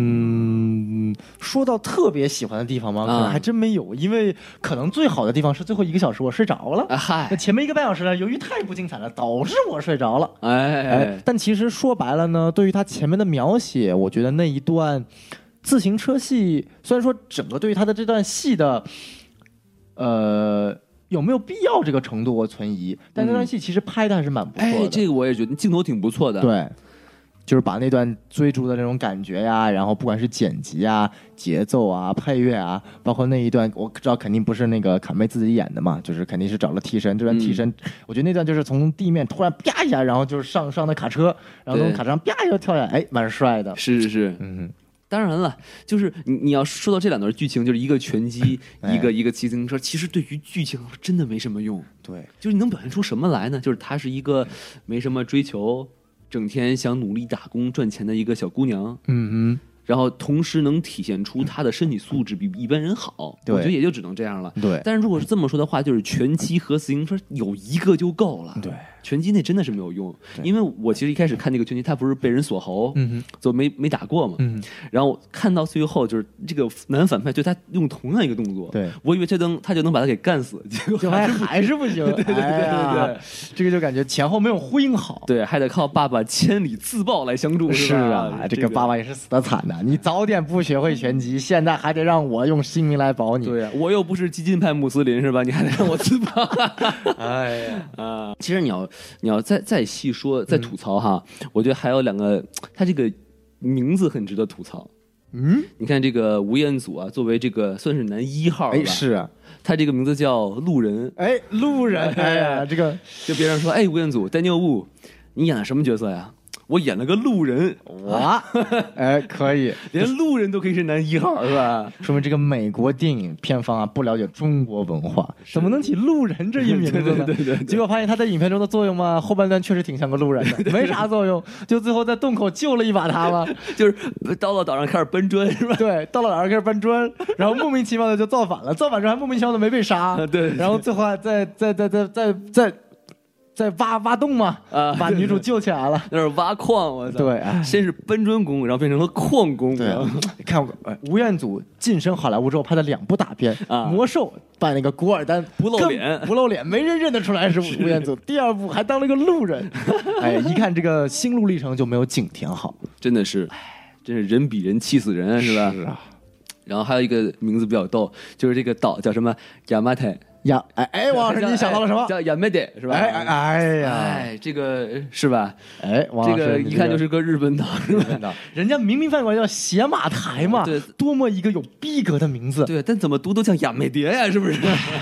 说到特别喜欢的地方吗？可能还真没有，因为可能最好的地方是最后1个小时我睡着了。那前面1个半小时呢，由于太不精彩了，导致我睡着了。但其实说白了呢，对于他前面的描写，我觉得那一段自行车戏，虽然说整个对于他的这段戏的，有没有必要这个程度我存疑，但这段戏其实拍的还是蛮不错的。 这个我也觉得镜头挺不错的。 对。就是把那段追逐的那种感觉呀，然后不管是剪辑啊、节奏啊、配乐啊，包括那一段，我知道肯定不是那个卡妹自己演的嘛，就是肯定是找了替身。这段替身，我觉得那段就是从地面突然啪一下，然后就是上的卡车，然后从卡车上啪一下跳下来，蛮帅的。 是。 当然了，就是你要说到这两段剧情，就是一个拳击，一个骑自行车，其实对于剧情真的没什么用。 对， 就是你能表现出什么来呢？就是她是一个没什么追求，整天想努力打工赚钱的一个小姑娘。然后同时能体现出她的身体素质比一般人好，我觉得也就只能这样了。 对， 但是如果是这么说的话，就是拳击和自行车有一个就够了。 对， 拳击那真的是没有用，因为我其实一开始看那个拳击，他不是被人锁喉，就没打过嘛。然后看到最后，就是这个男反派对他用同样一个动作， 对我以为他就能把他给干死，结果还是不行。对，这个就感觉前后没有呼应好。 对，还得靠爸爸千里自爆来相助。 是啊，这个爸爸也是死得惨的。你早点不学会拳击，现在还得让我用性命来保你。 对啊，我又不是激进派穆斯林是吧？你还得让我自爆。哎呀其实你要再细说再吐槽哈，我觉得还有两个，他这个名字很值得吐槽。你看这个吴彦祖啊，作为这个算是男1号吧， 是啊， 他这个名字叫路人。 路人，哎呀，这个就别人说，吴彦祖 Daniel Wu， 你演了什么角色呀？我演了个路人。 哇，可以， 连路人都可以是男1号是吧？ 说明这个美国电影片方啊不了解中国文化，怎么能起路人这一名字呢？ 对， 结果发现他在影片中的作用嘛，后半段确实挺像个路人的，没啥作用，就最后在洞口救了一把他嘛， 就是到了岛上开始搬砖是吧？ 对，到了岛上开始搬砖，然后莫名其妙的就造反了，造反之后还莫名其妙的没被杀， 对， 然后最后还在挖洞嘛，把女主救起来了。 那是挖矿，我操！ 对， 先是搬砖工，然后变成了矿工。 对，看过吴彦祖晋升好莱坞之后拍的2部大片，魔兽扮那个古尔丹， 不露脸， 没人认得出来是吴彦祖。第2部还当了个路人，一看这个心路历程就没有景甜好， 真的是，真是人比人气死人是吧？ 是啊。 然后还有一个名字比较逗，就是这个岛叫什么亚麻泰。 王老师，你想到了什么？ 叫亚美德是吧？这个是吧？ 王老师， 这个一看就是个日本岛， 人家明明饭馆叫斜马台嘛， 对， 多么一个有逼格的名字。 对，但怎么读都像亚美德呀，是不是？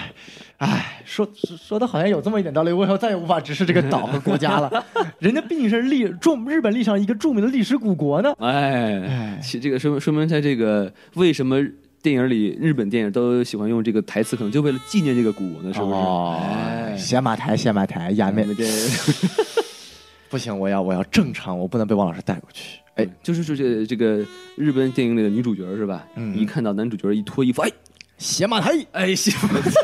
说的好像有这么一点道理，我以后再也无法直视这个岛和国家了。人家毕竟是日本历史上一个著名的历史古国呢。 这个说明在这个为什么电影里日本电影都喜欢用这个台词，可能就为了纪念这个古国呢，是不是？ 斜马台，亚美德。不行，我要正常，我不能被王老师带过去。 就是这个日本电影里的女主角是吧？一看到男主角一脱衣服， 斜马台， 斜马台。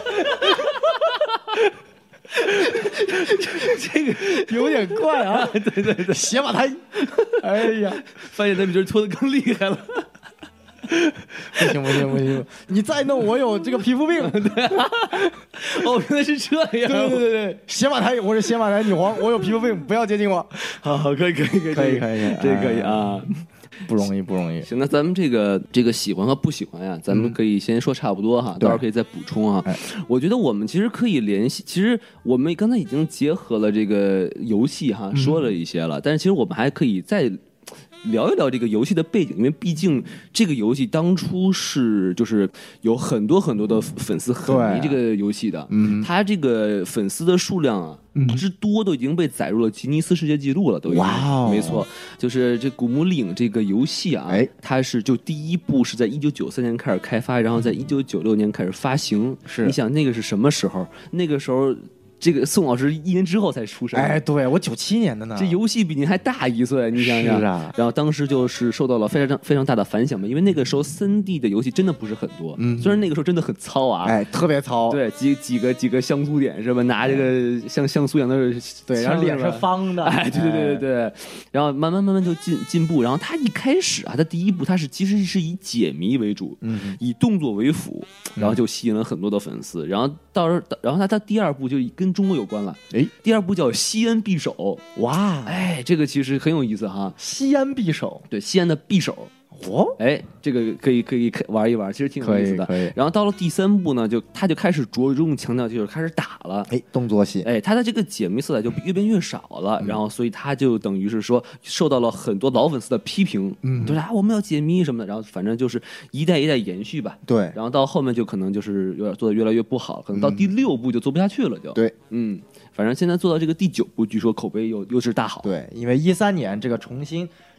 这个有点怪啊！ 对， 斜马台。 发现男主角脱得更厉害了。 不行！你再弄，我有这个皮肤病。 原来是这样。 对，斜马台，我是斜马台女皇，我有皮肤病，不要接近我。 好，可以， 这可以啊。 不容易。 行，那咱们这个喜欢和不喜欢呀，咱们可以先说差不多哈，到时候可以再补充啊。我觉得我们其实可以联系，其实我们刚才已经结合了这个游戏哈，说了一些了，但是其实我们还可以再聊一聊这个游戏的背景，因为毕竟这个游戏当初是就是有很多的粉丝很迷这个游戏的，它这个粉丝的数量啊之多都已经被载入了吉尼斯世界纪录了，都已经。没错，就是这《古墓丽影》这个游戏啊，它是就第1部是在1993年开始开发，然后在1996年开始发行。 是， 你想那个是什么时候？那个时候。这个宋老师1年之后才出生， 对，我97年的呢。 这游戏比您还大1岁，你想想。 是啊。 然后当时就是受到了非常大的反响嘛，因为那个时候3D 的游戏真的不是很多，虽然那个时候真的很糙啊， 特别糙。 对，几个像素点是吧？拿这个像素一样的， 对，然后脸是方的， 对。然后慢慢就进步，然后他一开始啊，他第1部他其实是以解谜为主，以动作为辅，然后就吸引了很多的粉丝，然后他第2部就跟中国有关了，第2部叫西安匕首， 哇， 这个其实很有意思哈， 西安匕首， 对，西安的匕首。这个可以玩一玩，其实挺有意思的。然后到了第3部呢，他就开始着重强调，就是开始打了， 动作戏， 他的这个解谜色彩就越变越少了。然后所以他就等于是说受到了很多老粉丝的批评，就是我们要解谜什么的。然后反正就是一代延续吧。 对。 然后到后面就可能就是有点做的越来越不好，可能到第6部就做不下去了，就对， 反正现在做到这个第9部，据说口碑又是大好。 对，因为13年这个重新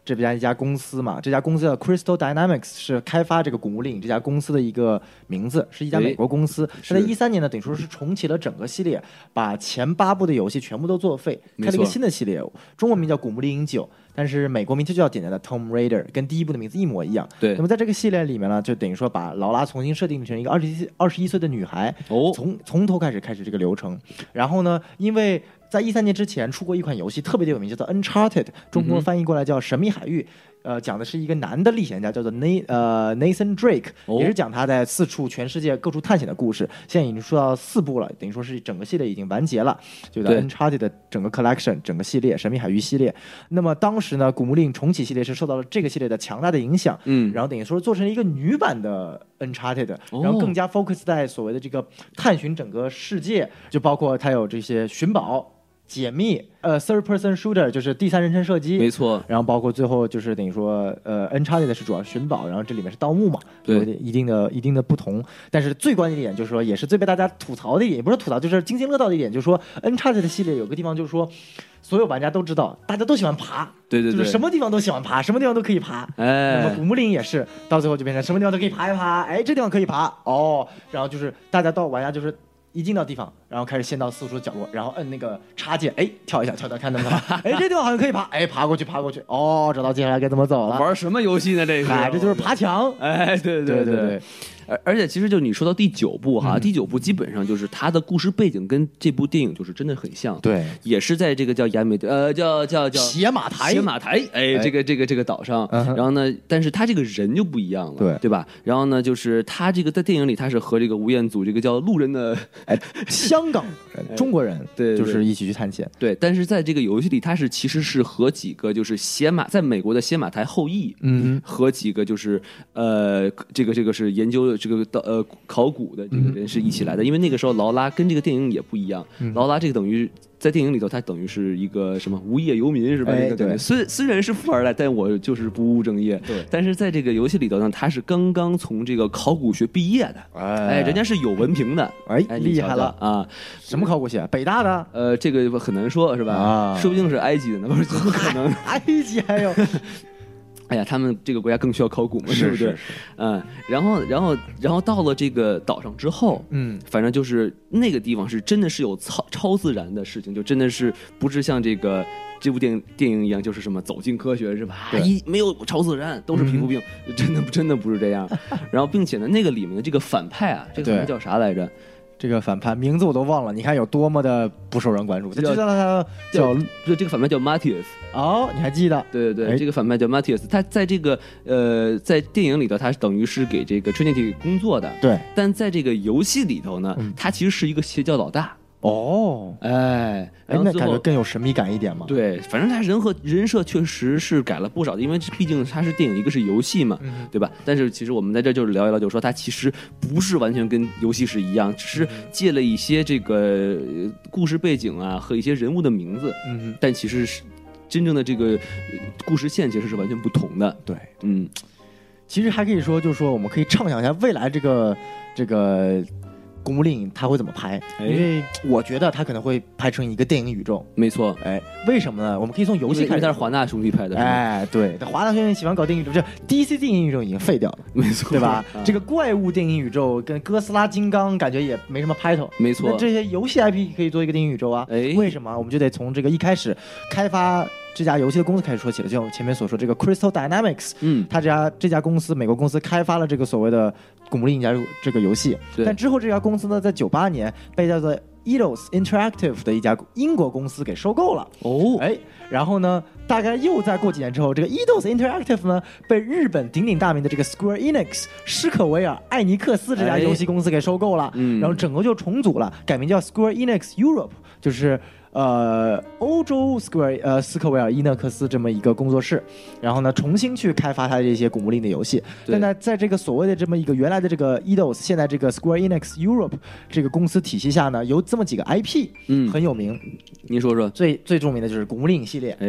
这边一家公司嘛，这家公司叫 Crystal Dynamics， 是开发这个《古墓丽影》这家公司的一个名字，是一家美国公司。它在13年呢，等于说是重启了整个系列，把前8部的游戏全部都作废，开了一个新的系列，中文名叫《古墓丽影9》。但是美国名字就叫简单的 Tomb Raider， 跟第1部的名字一模一样。 对。 那么在这个系列里面呢，就等于说把劳拉重新设定成一个21岁的女孩，从头开始这个流程。然后呢，因为在13年之前出过一款游戏特别的有名，叫做 Uncharted， 中国翻译过来叫《神秘海域》。讲的是一个男的历险家，叫做Nathan Drake，也是讲他在四处全世界各处探险的故事。现在已经出到4部了，等于说是整个系列已经完结了，就叫 Uncharted 的整个 collection， 整个系列神秘海域系列。那么当时呢，古墓丽影重启系列是受到了这个系列的强大的影响，然后等于说做成了一个女版的 Uncharted，然后更加 focus 在所谓的这个探寻整个世界，就包括它有这些寻宝、解密，third person shooter 就是第3人称射击， 没错。 然后包括最后就是等于说Uncharted 是主要寻宝，然后这里面是盗墓嘛， 对， 有一定的不同。但是最关键的一点就是说，也是最被大家吐槽的一点，也不是吐槽，就是津津乐道的一点，就是说 Uncharted 的系列有个地方就是说，所有玩家都知道，大家都喜欢爬， 对， 就是什么地方都喜欢爬，什么地方都可以爬。那么古墓丽影也是，到最后就变成什么地方都可以爬一爬，哎，这地方可以爬哦，然后就是大家到玩家就是一进到地方，然后开始先到四处角落，然后摁那个插件，哎，跳一下，跳看能不能爬，哎，这地方好像可以爬，哎，爬过去，哦，找到接下来该怎么走了。 玩什么游戏呢？这个， 哎，这就是爬墙。 哎，对。而且其实就你说到第9部哈，第9部基本上就是它的故事背景跟这部电影就是真的很像， 对， 也是在这个叫亚美叫邪马台， 哎，这个岛上，然后呢，但是他这个人就不一样了，对吧？然后呢，就是他这个在电影里他是和这个吴彦祖这个叫路人的香港人、中国人，对，就是一起去探险， 对。但是在这个游戏里，他是其实是和几个就是在美国的邪马台后裔，和几个就是这个是研究这个考古的这个人是一起来的，因为那个时候劳拉跟这个电影也不一样，劳拉这个等于在电影里头，他等于是一个什么无业游民是吧？ 哎， 对，虽然是富二代，但我就是不务正业。 对， 但是在这个游戏里头呢，他是刚刚从这个考古学毕业的，哎，人家是有文凭的， 哎，厉害了啊！什么考古学？北大的？ 这个很难说，是吧？啊，说不定是埃及的呢，不是？怎么可能？ 埃及还有。 哎呀，他们这个国家更需要考古嘛，对不对？然后到了这个岛上之后，反正就是那个地方是真的是有超自然的事情，就真的是不是像这部电影一样，就是什么走进科学是吧？没有超自然，都是皮肤病，真的不是这样。然后并且呢，那个里面的这个反派啊，这个反派叫啥来着？ 这个反派名字我都忘了，你看有多么的不受人关注。就叫他叫这个反派叫 Matthias。 哦，你还记得？ 对，这个反派叫 Matthias， 他在这个在电影里头，他等于是给这个 Trinity 工作的。 对。 但在这个游戏里头呢，他其实是一个邪教老大。 哦， 哎， 那感觉更有神秘感一点嘛。 对，反正他人设确实是改了不少的，因为毕竟他是电影，一个是游戏嘛，对吧？但是其实我们在这就是聊一聊，就是说他其实不是完全跟游戏是一样，只是借了一些这个故事背景啊和一些人物的名字，但其实是真正的这个故事线其实是完全不同的。 对，其实还可以说，就是说我们可以畅想一下未来这个。古墓丽影它会怎么拍？因为我觉得它可能会拍成一个电影宇宙。 没错， 哎，为什么呢？我们可以从游戏开始， 因为它是华纳兄弟拍的。 哎，对，华纳兄弟喜欢搞电影宇宙，这 DC 电影宇宙已经废掉了， 没错， 对吧？这个怪物电影宇宙跟哥斯拉、金刚感觉也没什么拍头。 没错， 那这些游戏 IP 可以做一个电影宇宙啊？为什么？我们就得从这个一开始开发这家游戏的公司开始说起了，就像我前面所说，这个 Crystal Dynamics，它这家公司，美国公司开发了这个所谓的古墓丽影这个游戏，但之后这家公司呢，在98年被叫做 Eidos Interactive 的一家英国公司给收购了。哎，然后呢，大概又再过几年之后，这个 Eidos Interactive 呢，被日本鼎鼎大名的这个 Square Enix 施可维尔艾尼克斯这家游戏公司给收购了，然后整个就重组了，改名叫 Square Enix Europe， 就是欧洲斯科维尔伊诺克斯这么一个工作室，然后呢重新去开发它的这些古墓丽影的游戏。但在这个所谓的这么一个原来的这个 Eidos， 现在这个 Square Enix Europe 这个公司体系下呢，有这么几个 IP，很有名。 您说说。 最著名的就是古墓丽影系列，然后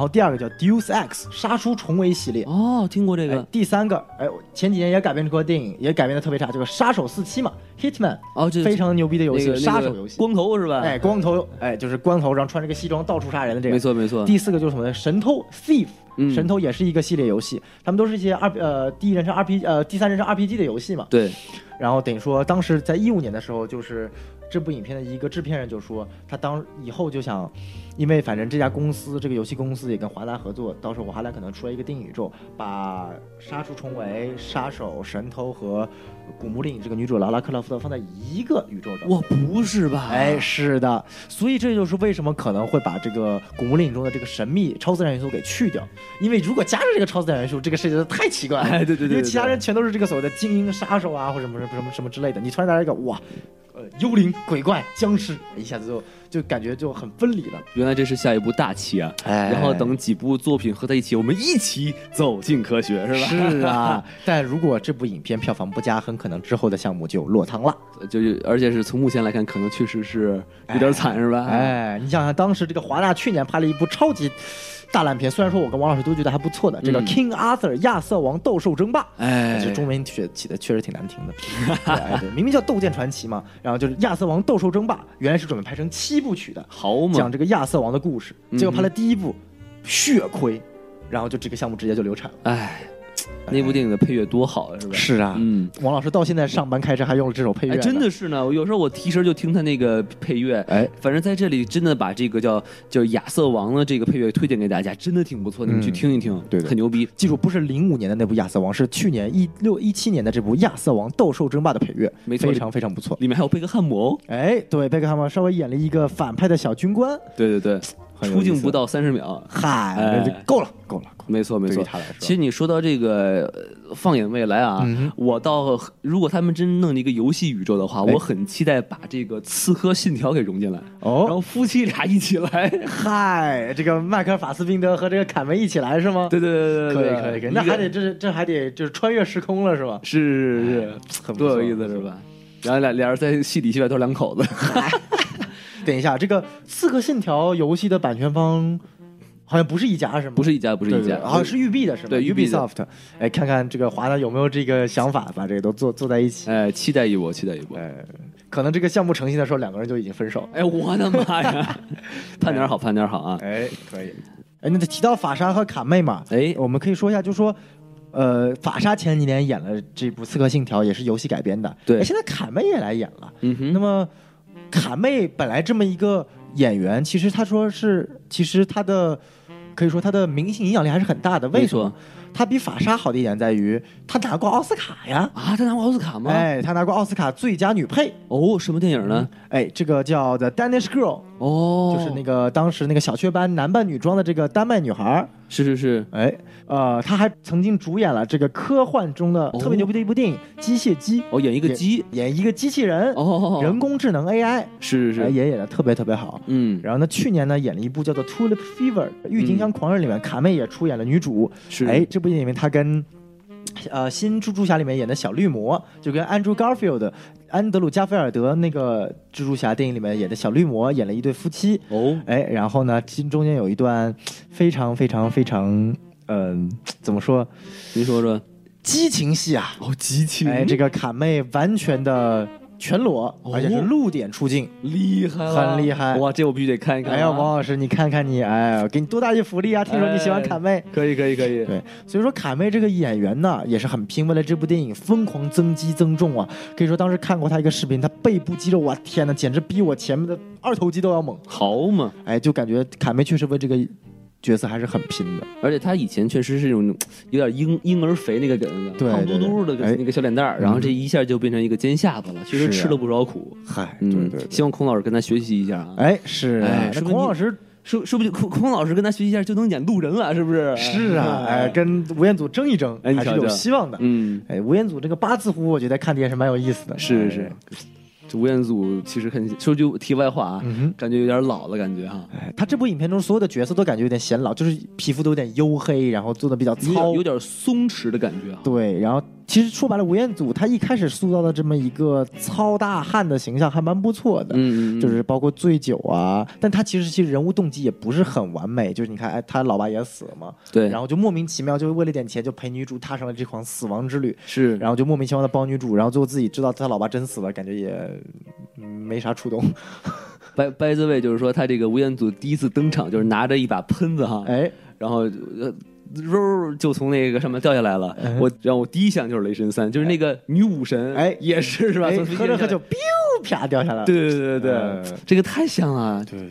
后第2个叫 Deus Ex 杀出重围系列， 听过这个。 第3个，前几年也改编过电影，也改编的特别差，这个杀手47嘛 Hitman， 这非常牛逼的游戏，杀手游戏， 光头是吧？ 光头，就是光头，然后穿这个西装到处杀人的这个， 没错没错。 第4个就是什么呢？神偷 Thief，神偷也是一个系列游戏，他们都是一些第一人称 RPG，第三人称 RPG 的游戏嘛。 对。 然后等于说，当时在15年的时候，就是这部影片的一个制片人就说，他以后就想，因为反正这家公司这个游戏公司也跟华纳合作，到时候华纳可能出来一个电影宇宙，把杀出重围、杀手、神偷和古墓丽影这个女主劳拉克劳福德放在一个宇宙中。 哇，不是吧？ 是的，所以这就是为什么可能会把这个古墓丽影中的这个神秘超自然元素给去掉，因为如果加入这个超自然元素，这个世界太奇怪了。 对， 因为其他人全都是这个所谓的精英杀手啊，或者什么之类的，你突然来一个哇。幽灵、鬼怪、僵尸，一下子就感觉就很分离了。 原来这是下一部大棋啊！然后等几部作品合在一起，我们一起走进科学，是吧？ 是啊，但如果这部影片票房不佳，很可能之后的项目就落汤了。 而且是从目前来看，可能确实是有点惨，是吧？ 你想想，当时这个华纳去年拍了一部超级大烂片，虽然说我跟王老师都觉得还不错的，这个 King Arthur 亚瑟王斗兽争霸，这中文起的确实挺难听的，对，明明叫斗剑传奇嘛，然后就是亚瑟王斗兽争霸，原来是准备拍成7部曲的， 好嘛， 讲这个亚瑟王的故事，结果拍了第1部血亏，然后就这个项目直接就流产了， 那部电影的配乐多好，是吧？ 是啊，王老师到现在上班开车还用了这首配乐， 真的是呢。有时候我提神就听他那个配乐，反正在这里真的把这个叫亚瑟王的这个配乐推荐给大家，真的挺不错，你们去听一听， 对， 很牛逼。 记住，不是05年的那部亚瑟王，是去年17年的这部亚瑟王斗兽争霸的配乐， 没错， 非常非常不错。 里面还有贝克汉姆对，贝克汉姆稍微演了一个反派的小军官， 对，出镜不到30秒， 够了。 没错， 对于他来说， 其实你说到这个放眼未来啊，我如果他们真弄了一个游戏宇宙的话，我很期待把这个《刺客信条》给融进来，然后夫妻俩一起来， 这个迈克尔·法斯宾德和这个坎梅一起来是吗？ 对， 可以，那还得这还得就是穿越时空了是吧？ 是，多有意思是吧？然后俩人在戏里戏外都是2口子。 等一下，这个《刺客信条》游戏的版权方好像不是一家是吗？ 不是一家， 好像是育碧的是吗？ 对，育碧 Soft。看看这个华纳有没有这个想法，把这个都做在一起。 期待一波。 可能这个项目成型的时候，2个人就已经分手。 我的妈呀！盼点好啊！ 可以。那提到法莎和卡妹嘛，我们可以说一下，就说。法莎前几年演了这部《刺客信条》，也是游戏改编的。 对， 现在卡妹也来演了。那么卡妹本来这么一个演员，其实他的可以说他的明星影响力还是很大的。为什么？他比法莎好的一点在于，他拿过奥斯卡呀！ 他拿过奥斯卡吗？ 他拿过奥斯卡最佳女配。 什么电影呢？ 这个叫 The Danish Girl。就是那个当时那个小雀斑男扮女装的这个丹麦女孩。 是。 她还曾经主演了这个科幻中的特别牛逼的一部电影《机械姬》。 演一个鸡， 演一个机器人。人工智能 AI。 是。 也演的特别特别好。然后呢，去年呢演了一部叫做《Tulip Fever》郁金香狂热里面，卡妹也出演了女主。 是。 这部电影里面她跟新蜘蛛侠里面演的小绿魔，就跟安德鲁加菲尔德那个蜘蛛侠电影里面演的小绿魔演了一对夫妻。然后呢中间有一段非常非常非常怎么说？ 您说说。 激情戏啊！ 激情！ 这个卡妹完全的全裸，而且是露点出镜， 厉害， 很厉害！ 哇，这我必须得看一看。 王老师，你看看你，给你多大一福利啊！听说你喜欢卡妹， 可以。对， 所以说卡妹这个演员呢，也是很拼，为了这部电影疯狂增肌增重啊！可以说当时看过她一个视频，她背部肌肉，哇天哪，简直比我前面的2头肌都要猛， 好嘛！ 就感觉卡妹确实为这个角色还是很拼的， 而且他以前确实是那种有点婴儿肥那个梗，胖嘟嘟的那个小脸蛋儿，然后这一下就变成一个尖下巴了，确实吃了不少苦。 对， 希望孔老师跟他学习一下啊。 是那孔老师说不定孔老师跟他学习一下就能演路人了，是不是？ 是啊，跟吴彦祖争一争，还是有希望的。吴彦祖这个八字胡，我觉得看的也是蛮有意思的。 是。吴彦祖其实说句题外话啊，感觉有点老了，感觉哈。 他这部影片中所有的角色都感觉有点显老，就是皮肤都有点黝黑，然后做的比较糙， 有点松弛的感觉。 对，然后其实说白了，吴彦祖他一开始塑造的这么一个糙大汉的形象还蛮不错的，就是包括醉酒啊，但他其实人物动机也不是很完美，就是你看，哎，他老爸也死了嘛， 对， 然后就莫名其妙就为了点钱就陪女主踏上了这场死亡之旅， 是， 然后就莫名其妙的帮女主，然后最后自己知道他老爸真死了，感觉也没啥触动。 by the way，就是说他这个吴彦祖第一次登场就是拿着一把喷子哈， 哎， 然后肉就从那个上面掉下来了。然后我第一想就是雷神3，就是那个女武神， 哎， 也是吧？ 喝着喝着，啪掉下来了。 对，这个太像了。 对，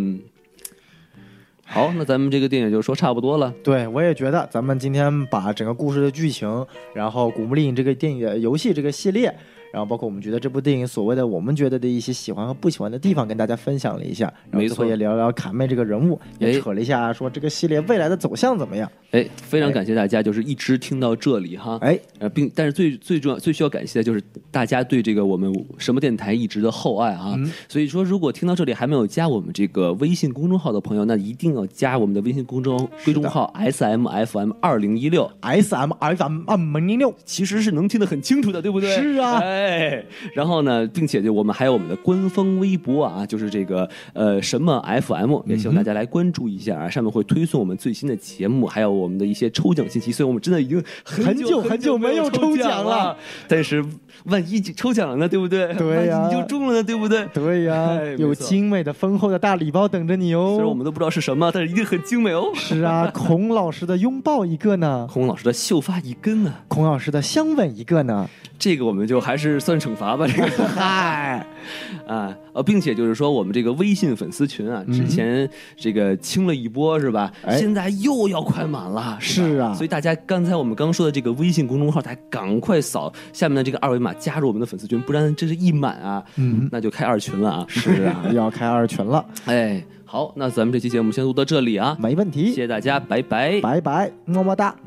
好，那咱们这个电影就说差不多了。 对，我也觉得咱们今天把整个故事的剧情，然后《古墓丽影》这个电影游戏这个系列，然后包括我们觉得这部电影所谓的我们觉得的一些喜欢和不喜欢的地方，跟大家分享了一下。 没错， 也聊聊卡妹这个人物，也扯了一下说这个系列未来的走向怎么样。 哎，非常感谢大家，就是一直听到这里哈。 哎， 但是最重要、最需要感谢的就是大家对这个我们什么电台一直的厚爱哈。所以说，如果听到这里还没有加我们这个微信公众号的朋友，那一定要加我们的微信公众号 SMFM2016 SMFM2016， 其实是能听得很清楚的，对不对？ 是啊， 哎，然后呢，并且我们还有我们的官方微博啊，就是这个什么 FM， 也希望大家来关注一下啊，上面会推送我们最新的节目，还有我们的一些抽奖信息。虽然我们真的已经很久没有抽奖了，但是万一抽奖了呢，对不对？ 对呀， 你就中了呢，对不对？ 对呀，有精美的丰厚的大礼包等着你哦。 虽然我们都不知道是什么，但是一定很精美哦。 是啊，孔老师的拥抱一个呢， 孔老师的秀发一根呢， 孔老师的香吻一个呢。 这个我们就还是算惩罚吧，这个嗨并且就是说我们这个微信粉丝群啊，之前这个清了一波是吧？现在又要快满了， 是啊， 所以大家刚才我们刚说的这个微信公众号，大家赶快扫下面的这个二维码加入我们的粉丝群，不然这是一满啊，那就开二群了啊！ 是啊，又要开二群了。 哎，好，那咱们这期节目先录到这里啊， 没问题， 谢谢大家，拜拜， 拜拜，么么哒。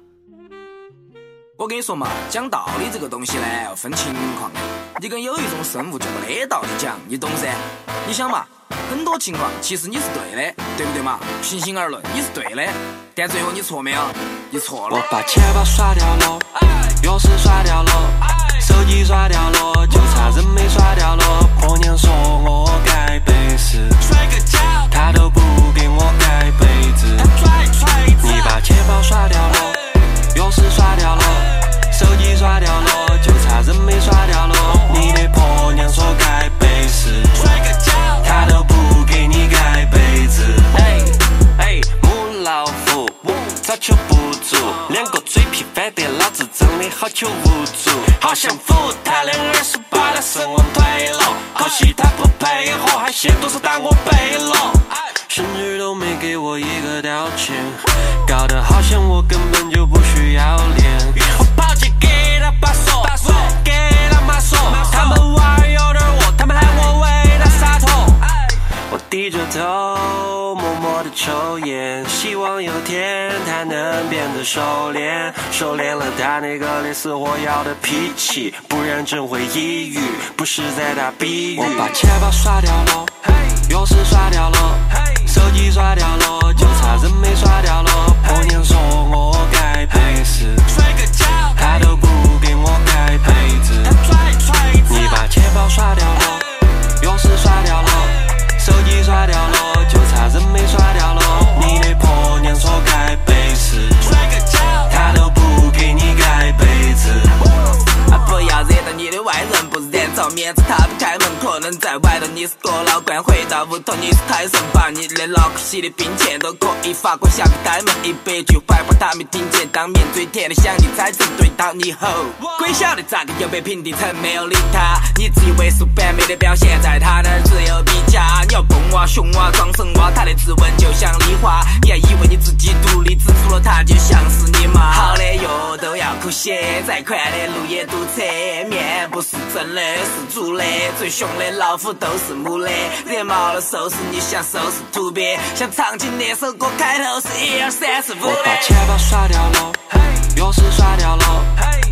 我跟你说嘛，讲道理这个东西呢要分情况的。你跟有一种生物就没得道理讲，你懂噻？你想嘛，很多情况其实你是对的，对不对嘛？平心而论你是对的，但最后你错没有？你错了。我把钱包刷掉了，钥匙刷掉了，手机刷掉了，就差人没刷掉了。婆娘说我该背时，摔个跤，她都不给我盖被子。你把钱包刷掉了，钥匙刷掉了，手机刷掉了，就差人没刷掉了。你的婆娘说盖被时，摔个跤，她都不给你盖被子。母老虎早求不足，两个嘴皮翻得老子真的好求无助。好想扶他两耳屎把他生往腿了，可惜他不配合，还嫌多少打我背了。生日都没给我一个道歉，搞得好像我根本就不需要脸。我跑去给他把手，给他妈说，他们玩有点我，他们喊我为他洒脱。我低着头默默地抽烟，希望有天他能变得收敛，收敛了他那个类似火药的脾气，不然真会抑郁，不是在打比喻。我把钱包刷掉了，钥匙刷掉了，手机刷掉了，就差人没刷掉了。婆娘说我该背时，摔个跤，她都不给我盖被子。你把钱包刷掉了，钥匙刷掉了，手机刷掉了，就差人没刷掉了。你的婆娘说盖被时，摔个跤，她都不给你盖被子。不要惹到你的外人，不然找面子他不开门。可能在外头你是个老官，回到屋头你是太神，把你的脑壳洗的冰钱都可以发过下个呆门。100句坏话他没听见，当面最甜的想你才正对到你吼。鬼晓得咋个又被评定成没有理他，你自以为是完美的表现，在他那儿只有比价。你要蹦啊熊啊装神话，他的质问就像梨花，你还以为你自己独立，指出了他就像是你妈。好的药都要哭血，再宽的路也堵车，面不是真的是煮的，最凶的老虎都是母的，惹毛了收拾你想收拾土鳖，想唱起那首歌开头是1、2、3、4、5的。我把钱包刷掉了，钥匙刷掉了，